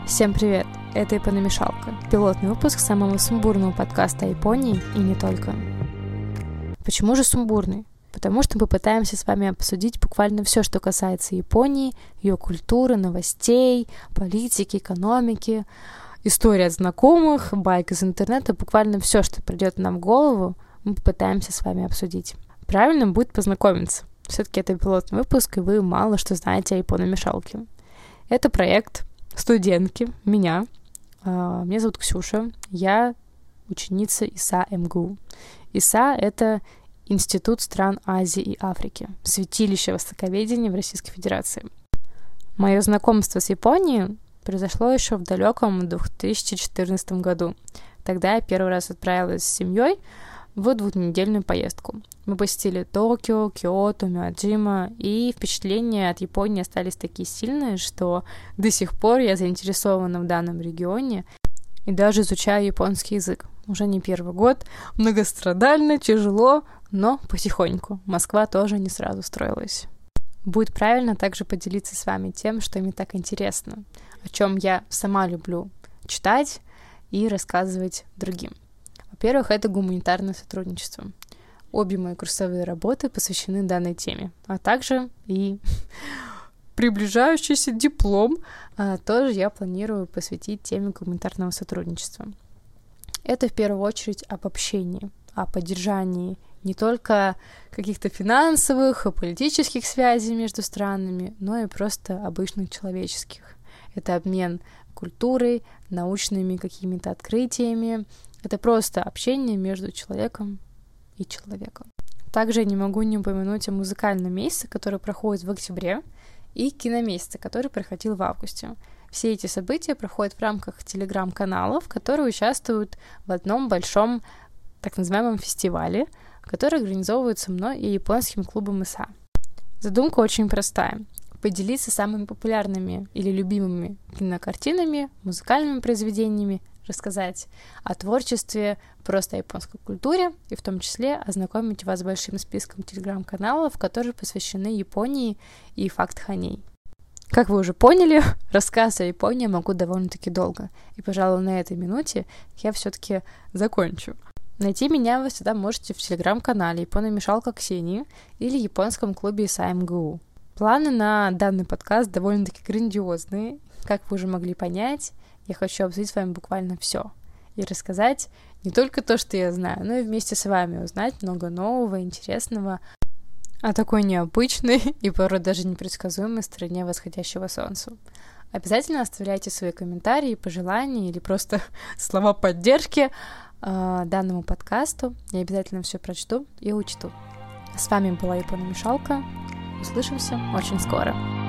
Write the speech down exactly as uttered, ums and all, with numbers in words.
Всем привет! Это Япономешалка, пилотный выпуск самого сумбурного подкаста о Японии и не только. Почему же сумбурный? Потому что мы пытаемся с вами обсудить буквально все, что касается Японии, ее культуры, новостей, политики, экономики, истории от знакомых, байк из интернета, буквально все, что придет нам в голову, мы попытаемся с вами обсудить. Правильно будет познакомиться. Все-таки это пилотный выпуск, и вы мало что знаете о Япономешалке. Это проект студентки, меня. Меня зовут Ксюша. Я ученица ИСА МГУ. ИСА — это Институт стран Азии и Африки, святилище востоковедения в Российской Федерации. Мое знакомство с Японией произошло еще в далеком две тысячи четырнадцатом году. Тогда я первый раз отправилась с семьей в двухнедельную поездку. Мы посетили Токио, Киото, Миоджима, и впечатления от Японии остались такие сильные, что до сих пор я заинтересована в данном регионе и даже изучаю японский язык. Уже не первый год, многострадально, тяжело, но потихоньку. Москва тоже не сразу строилась. Будет правильно также поделиться с вами тем, что мне так интересно, о чем я сама люблю читать и рассказывать другим. Во-первых, это гуманитарное сотрудничество. Обе мои курсовые работы посвящены данной теме, а также и приближающийся диплом а, тоже я планирую посвятить теме гуманитарного сотрудничества. Это в первую очередь об общении, о поддержании не только каких-то финансовых и политических связей между странами, но и просто обычных человеческих. Это обмен культурой, научными какими-то открытиями. Это просто общение между человеком и человеком. Также я не могу не упомянуть о музыкальном месяце, который проходит в октябре, и киномесяце, который проходил в августе. Все эти события проходят в рамках телеграм-каналов, которые участвуют в одном большом так называемом фестивале, который организовывается мной и японским клубом ИСА. Задумка очень простая. Поделиться самыми популярными или любимыми кинокартинами, музыкальными произведениями, рассказать о творчестве, просто о японской культуре, и в том числе ознакомить вас с большим списком телеграм-каналов, которые посвящены Японии и фактах о ней. Как вы уже поняли, рассказ о Японии могу довольно-таки долго, и, пожалуй, на этой минуте я все-таки закончу. Найти меня вы всегда можете в телеграм-канале Япономешалка Ксении или японском клубе ИСА МГУ. Планы на данный подкаст довольно-таки грандиозные. Как вы уже могли понять, я хочу обсудить с вами буквально все и рассказать не только то, что я знаю, но и вместе с вами узнать много нового, интересного о такой необычной и порой даже непредсказуемой стороне восходящего солнца. Обязательно оставляйте свои комментарии, пожелания или просто слова поддержки э, данному подкасту. Я обязательно все прочту и учту. С вами была Япономешалка. Услышимся очень скоро.